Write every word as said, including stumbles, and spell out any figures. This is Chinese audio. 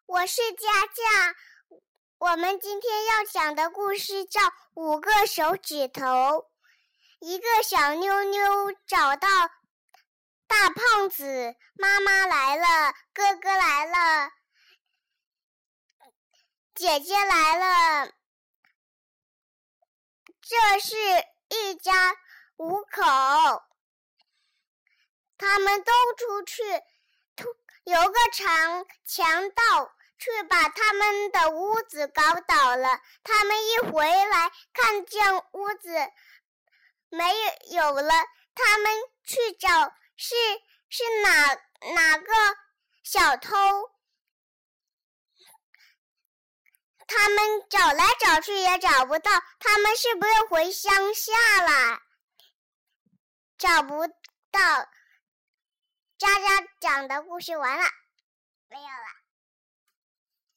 我是佳佳。我们今天要讲的故事叫《五个手指头》。一个小妞妞找到大胖子，妈妈来了，哥哥来了，姐姐来了。这是一家五口，他们都出去，有个强强盗去把他们的屋子搞倒了。他们一回来，看见屋子没有了，他们去找是是哪哪个小偷。他们找来找去也找不到，他们是不是回乡下了？找不到。佳佳讲的故事完了，没有了。